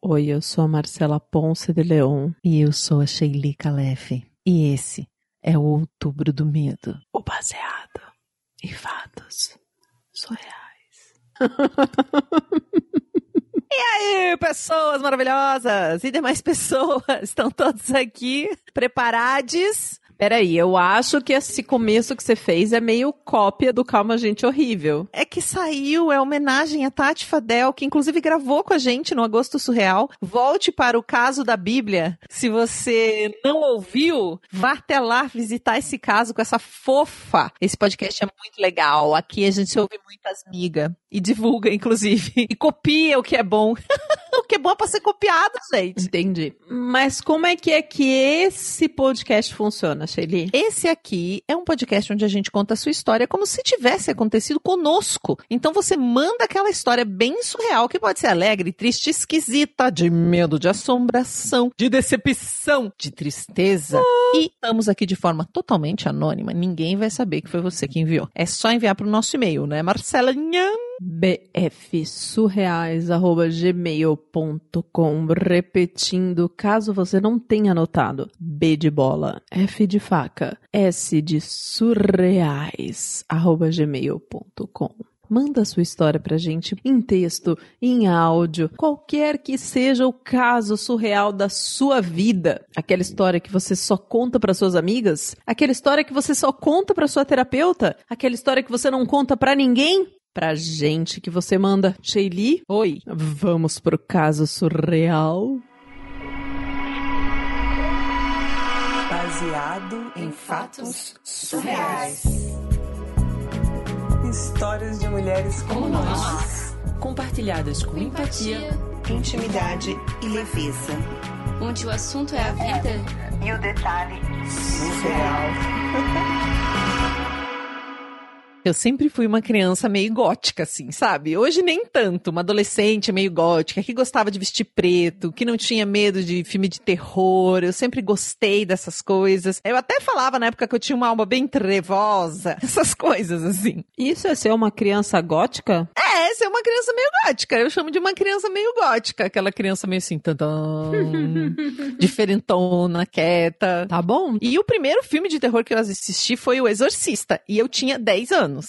Oi, eu sou a Marcela Ponce de Leon. E eu sou a Sheili Calef. E esse é o Outubro do Medo. O baseado em fatos surreais. E aí, pessoas maravilhosas e demais pessoas, estão todos aqui preparados? Peraí, eu acho que esse começo que você fez é meio cópia do Calma Gente Horrível. É que saiu, é homenagem a Tati Fadel, que inclusive gravou com a gente no Agosto Surreal. Volte para o caso da Bíblia. Se você não ouviu, vá até lá visitar esse caso com essa fofa. Esse podcast é muito legal. Aqui a gente ouve muitas migas e divulga, inclusive. E copia o que é bom. O que é bom é pra ser copiado, gente. Entendi. Mas como é que esse podcast funciona, Sheili? Esse aqui é um podcast onde a gente conta a sua história como se tivesse acontecido conosco. Então você manda aquela história bem surreal, que pode ser alegre, triste, esquisita, de medo, de assombração, de decepção, de tristeza. E estamos aqui de forma totalmente anônima. Ninguém vai saber que foi você que enviou. É só enviar pro nosso e-mail, né, Marcela? bfsurreais@gmail.com. Repetindo, caso você não tenha anotado: B de bola, F de faca, S de surreais@gmail.com. Manda a sua história pra gente em texto, em áudio, qualquer que seja o caso surreal da sua vida. Aquela história que você só conta para suas amigas? Aquela história que você só conta para sua terapeuta? Aquela história que você não conta pra ninguém? Pra gente que você manda. Sheili, oi, vamos pro caso surreal? Baseado em fatos surreais. Histórias de mulheres como nós, compartilhadas com empatia, intimidade e leveza. onde o assunto é a vida E o detalhe surreal. Eu sempre fui uma criança meio gótica, assim, sabe? Hoje nem tanto, uma adolescente meio gótica, que gostava de vestir preto, que não tinha medo de filme de terror, eu sempre gostei dessas coisas. Eu até falava na época que eu tinha uma alma bem trevosa, essas coisas, assim. Isso é ser uma criança gótica? É, ser uma criança meio gótica, eu chamo de uma criança meio gótica, aquela criança meio assim, tantão, diferentona, quieta. Tá bom. E o primeiro filme de terror que eu assisti foi O Exorcista, e eu tinha 10 anos.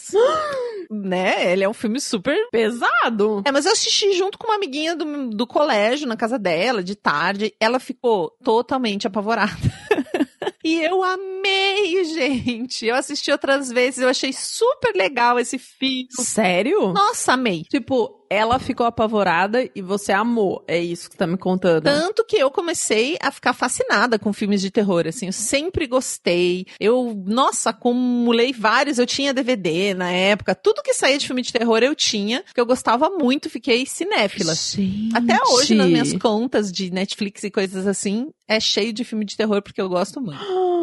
Né? Ele é um filme super pesado. É, mas eu assisti junto com uma amiguinha do colégio, na casa dela, de tarde. Ela ficou totalmente apavorada. E eu amei, gente. Eu assisti outras vezes, eu achei super legal esse filme. Sério? Nossa, amei. Tipo, ela ficou apavorada e você amou. É isso que tá me contando. Tanto que eu comecei a ficar fascinada com filmes de terror, assim. Eu sempre gostei. Nossa, acumulei vários. Eu tinha DVD na época. Tudo que saía de filme de terror eu tinha, porque eu gostava muito. Fiquei cinéfila. Gente. Até hoje, nas minhas contas de Netflix e coisas assim, é cheio de filme de terror, porque eu gosto muito.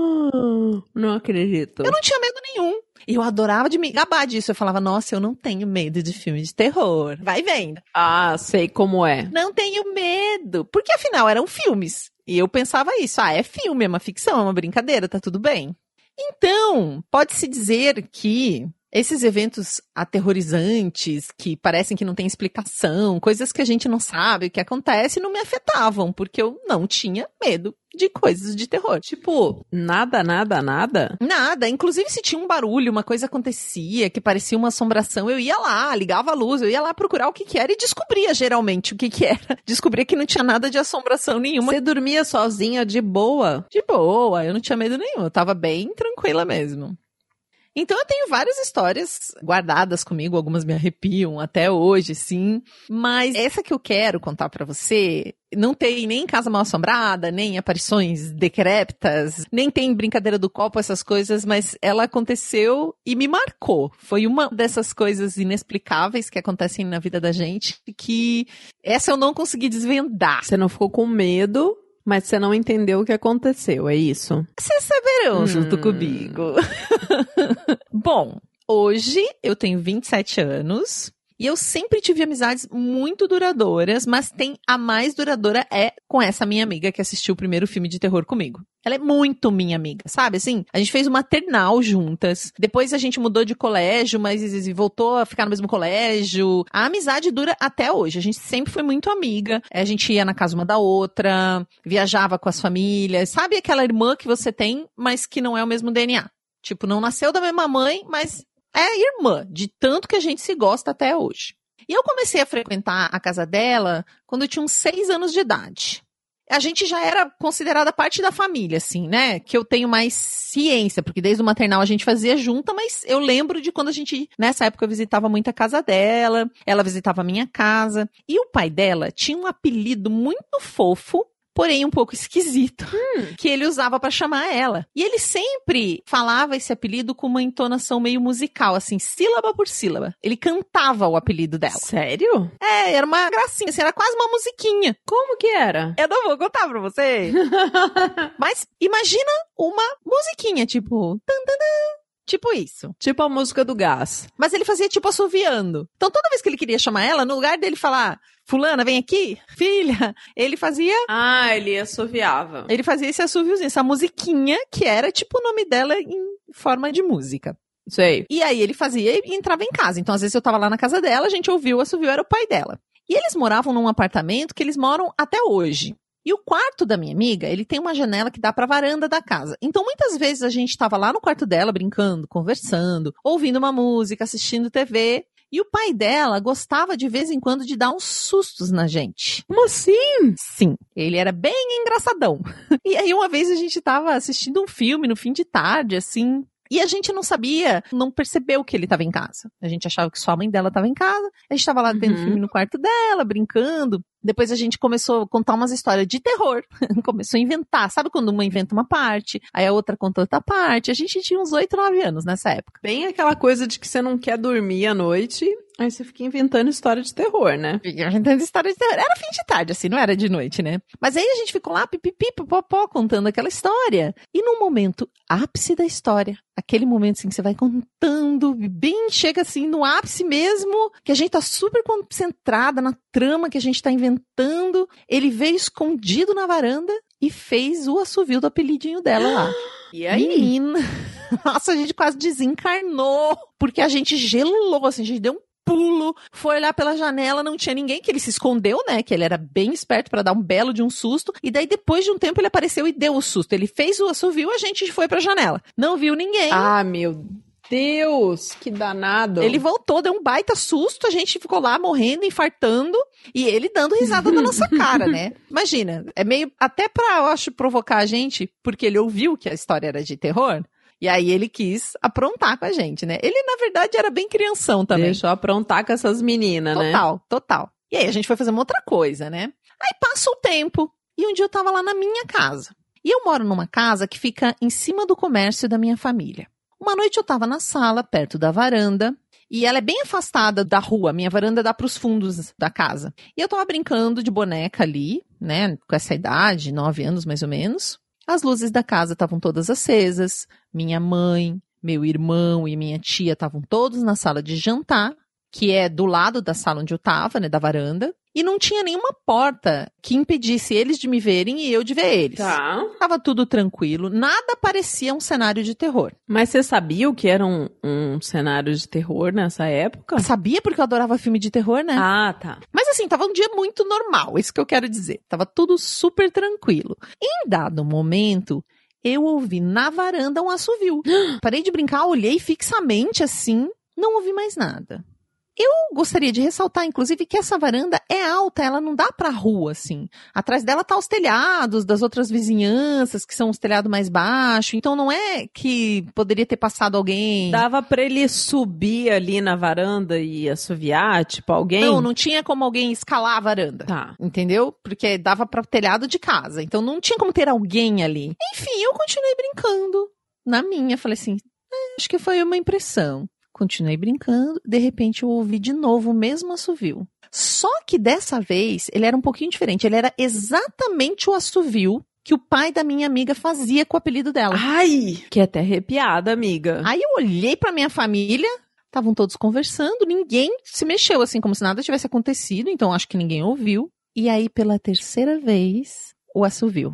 Não acredito. Eu não tinha medo nenhum. E eu adorava de me gabar disso. Eu falava, nossa, eu não tenho medo de filme de terror. Vai vendo. Ah, sei como é. Não tenho medo. Porque afinal eram filmes. E eu pensava isso. Ah, é filme, é uma ficção, é uma brincadeira, tá tudo bem. Então, pode-se dizer que esses eventos aterrorizantes, que parecem que não tem explicação, coisas que a gente não sabe o que acontece, não me afetavam, porque eu não tinha medo de coisas de terror. Tipo, nada? Nada. Inclusive, se tinha um barulho, uma coisa acontecia, que parecia uma assombração, eu ia lá, ligava a luz, eu ia lá procurar o que era e descobria, geralmente, o que era. Descobria que não tinha nada de assombração nenhuma. Você dormia sozinha de boa? De boa, eu não tinha medo nenhum, eu tava bem tranquila mesmo. Então eu tenho várias histórias guardadas comigo, algumas me arrepiam até hoje, sim. Mas essa que eu quero contar pra você não tem nem Casa Mal Assombrada, nem aparições decrépitas, nem tem brincadeira do copo, essas coisas, mas ela aconteceu e me marcou. Foi uma dessas coisas inexplicáveis que acontecem na vida da gente, que essa eu não consegui desvendar. Você não ficou com medo, mas você não entendeu o que aconteceu, é isso? Vocês saberão junto comigo. Bom, hoje eu tenho 27 anos E eu sempre tive amizades muito duradouras, mas a mais duradoura é com essa minha amiga que assistiu o primeiro filme de terror comigo. Ela é muito minha amiga, sabe? Assim, a gente fez uma maternal juntas. Depois a gente mudou de colégio, mas voltou a ficar no mesmo colégio. A amizade dura até hoje. A gente sempre foi muito amiga. A gente ia na casa uma da outra, viajava com as famílias. Sabe aquela irmã que você tem, mas que não é o mesmo DNA? Tipo, não nasceu da mesma mãe, mas é irmã, de tanto que a gente se gosta até hoje. E eu comecei a frequentar a casa dela quando eu tinha uns 6 anos de idade. A gente já era considerada parte da família, assim, né? Que eu tenho mais ciência, porque desde o maternal a gente fazia junta, mas eu lembro de quando a gente, nessa época, eu visitava muito a casa dela, ela visitava a minha casa. E o pai dela tinha um apelido muito fofo, porém um pouco esquisito, que ele usava pra chamar ela. E ele sempre falava esse apelido com uma entonação meio musical, assim, sílaba por sílaba. Ele cantava o apelido dela. Sério? É, era uma gracinha, assim, era quase uma musiquinha. Como que era? Eu não vou contar pra você. Mas imagina uma musiquinha, tipo... Tan, tan, tan, tipo isso. Tipo a música do gás. Mas ele fazia tipo assoviando. Então toda vez que ele queria chamar ela, no lugar dele falar... Fulana, vem aqui, filha. Ele fazia... Ah, ele assoviava. Ele fazia esse assoviozinho, essa musiquinha, que era tipo o nome dela em forma de música. Sei. E aí ele fazia e entrava em casa. Então às vezes eu tava lá na casa dela, a gente ouviu o assovio, era o pai dela. E eles moravam num apartamento que eles moram até hoje. E o quarto da minha amiga, ele tem uma janela que dá pra varanda da casa. Então muitas vezes a gente tava lá no quarto dela, brincando, conversando, ouvindo uma música, assistindo TV... E o pai dela gostava de vez em quando de dar uns sustos na gente. Como assim? Sim, ele era bem engraçadão. E aí uma vez a gente tava assistindo um filme no fim de tarde, assim... E a gente não sabia, não percebeu que ele estava em casa. A gente achava que só a mãe dela estava em casa. A gente estava lá vendo filme no quarto dela, brincando. Depois a gente começou a contar umas histórias de terror. Começou a inventar. Sabe quando uma inventa uma parte, aí a outra conta outra parte? A gente tinha uns 8, 9 anos nessa época. Bem aquela coisa de que você não quer dormir à noite, aí você fica inventando história de terror, né? Fica inventando história de terror. Era fim de tarde, assim, não era de noite, né? Mas aí a gente ficou lá, pipipi, popopó, contando aquela história. E num momento ápice da história, aquele momento assim que você vai contando, bem chega assim no ápice mesmo, que a gente tá super concentrada na trama que a gente tá inventando, ele veio escondido na varanda e fez o assovio do apelidinho dela lá. E aí? Menina, nossa, a gente quase desencarnou, porque a gente gelou, assim, a gente deu um pulo, foi olhar pela janela, não tinha ninguém, que ele se escondeu, né, que ele era bem esperto pra dar um belo de um susto, e daí depois de um tempo ele apareceu e deu o susto, ele fez o assovio, a gente foi pra janela, não viu ninguém. Ah, meu Deus, que danado. Ele voltou, deu um baita susto, a gente ficou lá morrendo, infartando, e ele dando risada na nossa cara, né? Imagina, é meio, até pra, eu acho, provocar a gente, porque ele ouviu que a história era de terror, e aí ele quis aprontar com a gente, né? Ele, na verdade, era bem crianção também. Deixou aprontar com essas meninas, né? Total. E aí a gente foi fazer uma outra coisa, né? Aí passa o tempo, e um dia eu tava lá na minha casa. E eu moro numa casa que fica em cima do comércio da minha família. Uma noite eu tava na sala, perto da varanda, e ela é bem afastada da rua, minha varanda dá pros fundos da casa. E eu tava brincando de boneca ali, né, com essa idade, 9 anos mais ou menos. As luzes da casa estavam todas acesas, minha mãe, meu irmão e minha tia estavam todos na sala de jantar, que é do lado da sala onde eu tava, né, da varanda. E não tinha nenhuma porta que impedisse eles de me verem e eu de ver eles. Tá. Tava tudo tranquilo, nada parecia um cenário de terror. Mas você sabia o que era um cenário de terror nessa época? Sabia porque eu adorava filme de terror, né? Ah, tá. Mas assim, tava um dia muito normal, isso que eu quero dizer. Tava tudo super tranquilo. Em dado momento, eu ouvi na varanda um assovio. Parei de brincar, olhei fixamente assim, não ouvi mais nada. Eu gostaria de ressaltar, inclusive, que essa varanda é alta, ela não dá pra rua, assim. Atrás dela tá os telhados das outras vizinhanças, que são os telhados mais baixos. Então não é que poderia ter passado alguém... Dava pra ele subir ali na varanda e assoviar, tipo, alguém? Não tinha como alguém escalar a varanda. Tá. Entendeu? Porque dava pra telhado de casa. Então não tinha como ter alguém ali. Enfim, eu continuei brincando. Na minha, falei assim, acho que foi uma impressão. Continuei brincando, de repente eu ouvi de novo o mesmo assovio. Só que dessa vez, ele era um pouquinho diferente. Ele era exatamente o assovio que o pai da minha amiga fazia com o apelido dela. Ai, que até arrepiada, amiga. Aí eu olhei pra minha família, estavam todos conversando, ninguém se mexeu, assim, como se nada tivesse acontecido, então acho que ninguém ouviu. E aí, pela terceira vez, o assovio.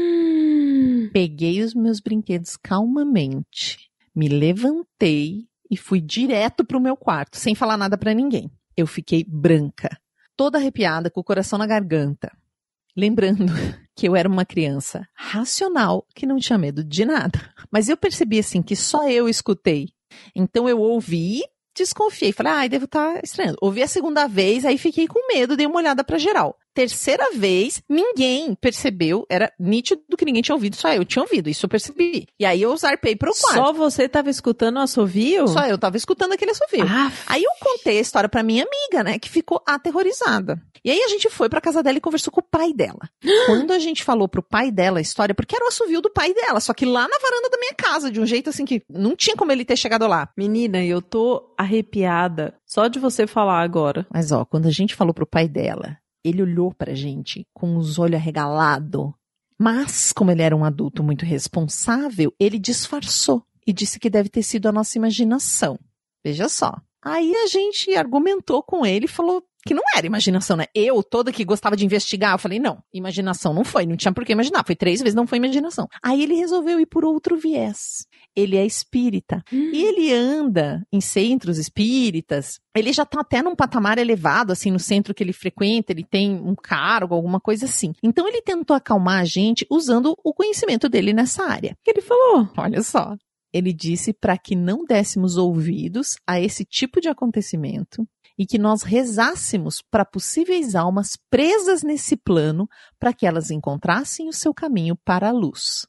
Peguei os meus brinquedos calmamente, me levantei e fui direto pro meu quarto, sem falar nada pra ninguém. Eu fiquei branca, toda arrepiada, com o coração na garganta. Lembrando que eu era uma criança racional, que não tinha medo de nada. Mas eu percebi, assim, que só eu escutei. Então eu ouvi, desconfiei. Falei, devo estar estranhando. Ouvi a segunda vez, aí fiquei com medo, dei uma olhada pra geral. Terceira vez, ninguém percebeu, era nítido que ninguém tinha ouvido, só eu tinha ouvido, isso eu percebi. E aí eu zarpei pro quarto. Só você tava escutando o assovio? Só eu tava escutando aquele assovio. Aí eu contei a história pra minha amiga, né, que ficou aterrorizada. E aí a gente foi pra casa dela e conversou com o pai dela. Quando a gente falou pro pai dela a história, porque era o assovio do pai dela, só que lá na varanda da minha casa, de um jeito assim que não tinha como ele ter chegado lá. Menina, eu tô arrepiada só de você falar agora. Mas ó, quando a gente falou pro pai dela, ele olhou pra gente com os olhos arregalados. Mas, como ele era um adulto muito responsável, ele disfarçou e disse que deve ter sido a nossa imaginação. Veja só. Aí a gente argumentou com ele e falou que não era imaginação, né? Eu, toda que gostava de investigar, eu falei, não, imaginação não foi, não tinha por que imaginar. Foi 3 vezes, não foi imaginação. Aí ele resolveu ir por outro viés. Ele é espírita. E ele anda em centros espíritas. Ele já tá até num patamar elevado, assim, no centro que ele frequenta, ele tem um cargo, alguma coisa assim. Então ele tentou acalmar a gente usando o conhecimento dele nessa área. O que ele falou? Olha só. Ele disse para que não dessemos ouvidos a esse tipo de acontecimento e que nós rezássemos para possíveis almas presas nesse plano para que elas encontrassem o seu caminho para a luz.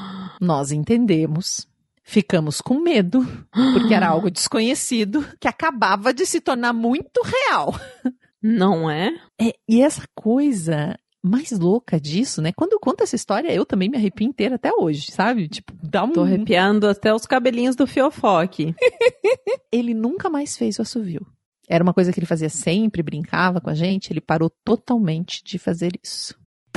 Nós entendemos. Ficamos com medo, porque era algo desconhecido, que acabava de se tornar muito real. Não é? E essa coisa mais louca disso, né? Quando eu conto essa história, eu também me arrepio inteira até hoje, sabe? Tipo, dá um... Tô arrepiando até os cabelinhos do Fiofoque. Ele nunca mais fez o assovio. Era uma coisa que ele fazia sempre, brincava com a gente, ele parou totalmente de fazer isso.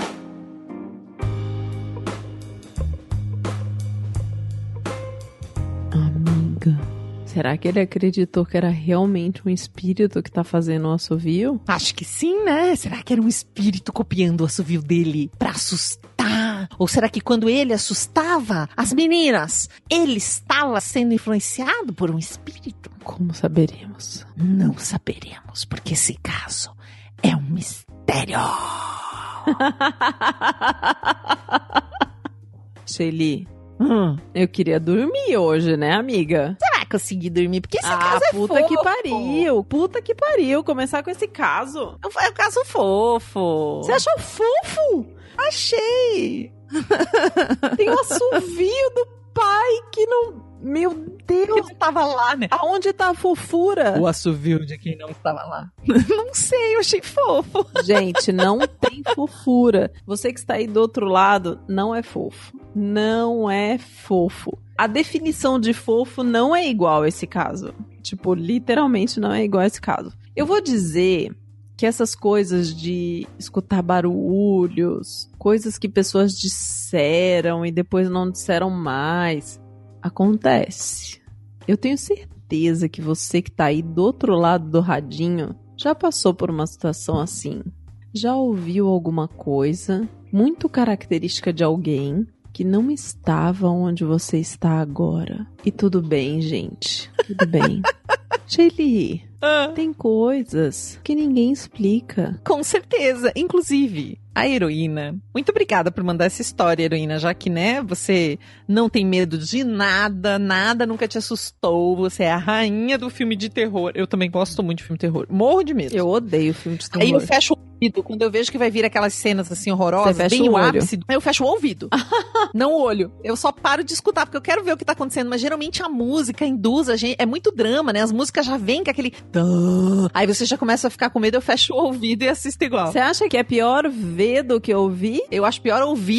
Amiga, será que ele acreditou que era realmente um espírito que tá fazendo o assovio? Acho que sim, né? Será que era um espírito copiando o assovio dele pra assustar? Ou será que quando ele assustava as meninas, ele estava sendo influenciado por um espírito? Como saberemos? Não saberemos, porque esse caso é um mistério. Shelly, eu queria dormir hoje, né, amiga? Você vai conseguir dormir, porque esse caso é puta fofo. que pariu. Puta que pariu. Começar com esse caso. É um caso fofo. Você achou fofo? Achei. Tem um assovio do pai que não... Meu Deus. Que não tava lá, né? Aonde tá a fofura? O assovio de quem não estava lá. Não sei, eu achei fofo. Gente, não tem fofura. Você que está aí do outro lado, não é fofo. Não é fofo. A definição de fofo não é igual a esse caso. Tipo, literalmente não é igual a esse caso. Eu vou dizer que essas coisas de escutar barulhos, coisas que pessoas disseram e depois não disseram mais, acontece. Eu tenho certeza que você que tá aí do outro lado do radinho já passou por uma situação assim. Já ouviu alguma coisa muito característica de alguém que não estava onde você está agora. E tudo bem, gente. Tudo bem. Shelly, tem coisas que ninguém explica. Com certeza. Inclusive, a heroína. Muito obrigada por mandar essa história, heroína, já que, né, você não tem medo de nada, nada nunca te assustou, você é a rainha do filme de terror. Eu também gosto muito de filme de terror. Morro de medo. Eu odeio filme de terror. Aí eu fecho o ouvido, quando eu vejo que vai vir aquelas cenas assim horrorosas, bem o ápice, eu fecho o ouvido. Não o olho. Eu só paro de escutar, porque eu quero ver o que tá acontecendo, mas geralmente a música induz a gente, é muito drama, né? As músicas já vêm com aquele... Aí você já começa a ficar com medo, eu fecho o ouvido e assisto igual. Você acha que é pior ver do que ouvir? Eu acho pior ouvir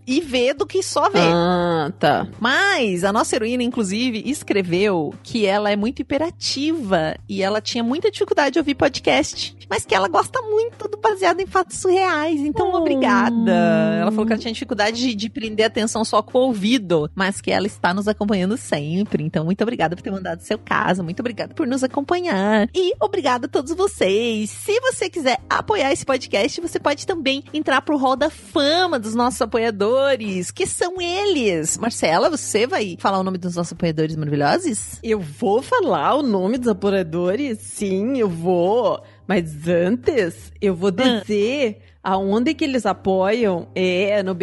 e ver do que só ver. Ah, tá. Mas a nossa heroína, inclusive, escreveu que ela é muito hiperativa e ela tinha muita dificuldade de ouvir podcast, mas que ela gosta muito do baseado em fatos surreais. Então, obrigada. Ela falou que ela tinha dificuldade de prender atenção só com o ouvido, mas que ela está nos acompanhando sempre. Então, muito obrigada por ter mandado seu caso. Muito obrigada por nos acompanhar. E obrigada a todos vocês. Se você quiser apoiar esse podcast, você pode também entrar pro Hall da Fama dos nossos apoiadores, que são eles. Marcela, você vai falar o nome dos nossos apoiadores maravilhosos? Eu vou falar o nome dos apoiadores? Sim, eu vou. Mas antes, eu vou dizer aonde que eles apoiam é no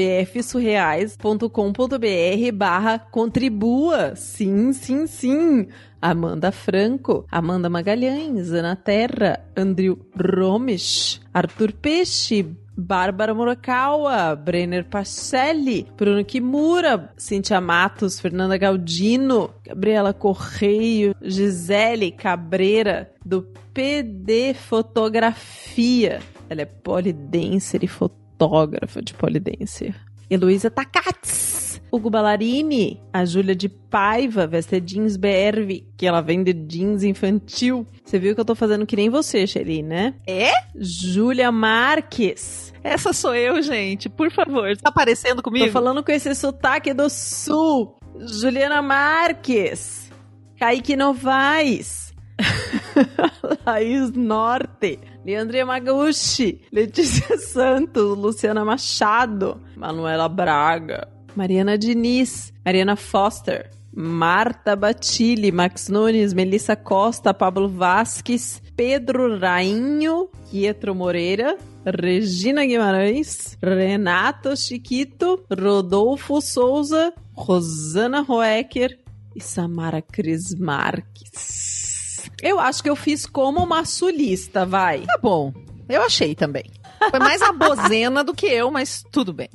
bfsurreais.com.br/contribua. Sim, sim, sim. Amanda Franco, Amanda Magalhães, Ana Terra, Andrew Romes, Arthur Peixe, Bárbara Murakawa, Brenner Pacelli, Bruno Kimura, Cíntia Matos, Fernanda Galdino, Gabriela Correio, Gisele Cabreira, do PD Fotografia. Ela é polidancer e fotógrafa de polidancer. Heloísa Takats, Hugo Ballarini, a Júlia de Paiva, veste jeans BR, que ela vende jeans infantil. Você viu que eu tô fazendo que nem você, Shelly, né? É? Júlia Marques. Essa sou eu, gente. Por favor, tá aparecendo comigo? Tô falando com esse sotaque do Sul. Juliana Marques. Kaique Novaes. Laís Norte. Leandro Yamaguchi. Letícia Santos. Luciana Machado. Manuela Braga. Mariana Diniz. Mariana Foster. Marta Batilli. Max Nunes. Melissa Costa. Pablo Vasques. Pedro Rainho. Pietro Moreira. Regina Guimarães, Renato Chiquito, Rodolfo Souza, Rosana Roecker e Samara Cris Marques. Eu acho que eu fiz como uma sulista, vai. Tá bom, eu achei também. Foi mais a bozena do que eu, mas tudo bem.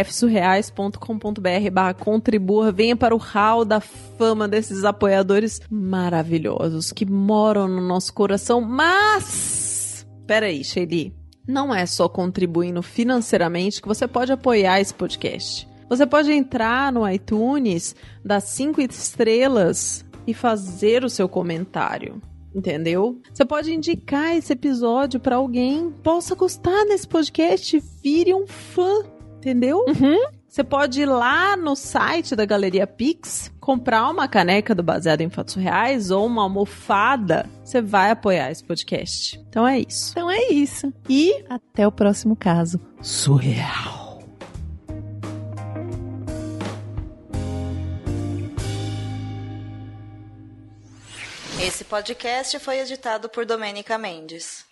bfsurreais.com.br/contribua. Venha para o hall da fama desses apoiadores maravilhosos que moram no nosso coração. Mas, peraí, Shelly. Não é só contribuindo financeiramente que você pode apoiar esse podcast. Você pode entrar no iTunes, dar 5 estrelas e fazer o seu comentário. Entendeu? Você pode indicar esse episódio para alguém que possa gostar desse podcast, vire um fã. Entendeu? Uhum. Você pode ir lá no site da Galeria Pix, comprar uma caneca do Baseado em Fatos Reais ou uma almofada. Você vai apoiar esse podcast. Então é isso. Então é isso. E até o próximo caso surreal. Esse podcast foi editado por Domênica Mendes.